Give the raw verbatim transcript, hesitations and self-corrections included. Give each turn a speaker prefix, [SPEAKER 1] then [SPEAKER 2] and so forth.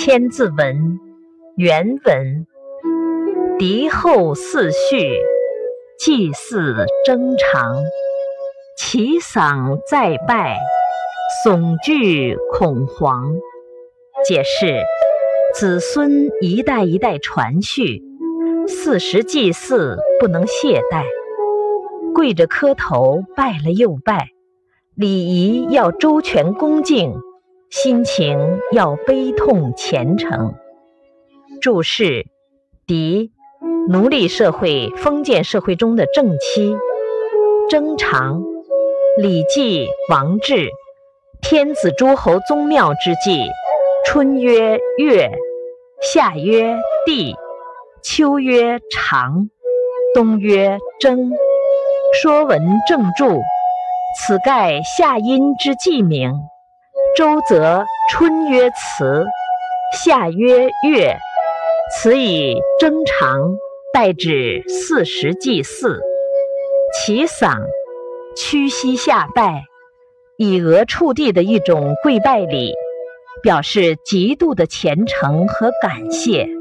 [SPEAKER 1] 千字文原文：敌后四序，祭祀征长。其嗓再拜，悚惧恐惶。解释：子孙一代一代传续，四时祭祀不能懈怠，跪着磕头，拜了又拜，礼仪要周全恭敬，心情要悲痛虔诚。注释：敌，奴隶社会、封建社会中的正妻。征长，《礼记·王志》：天子诸侯宗庙之际，春曰月，夏曰地，秋曰长，冬曰征。说文正注：此盖夏阴之季名。周则春曰辞，夏曰月，此以征长代指四时祭祀。其嗓，屈膝下拜，以额触地的一种跪拜礼，表示极度的虔诚和感谢。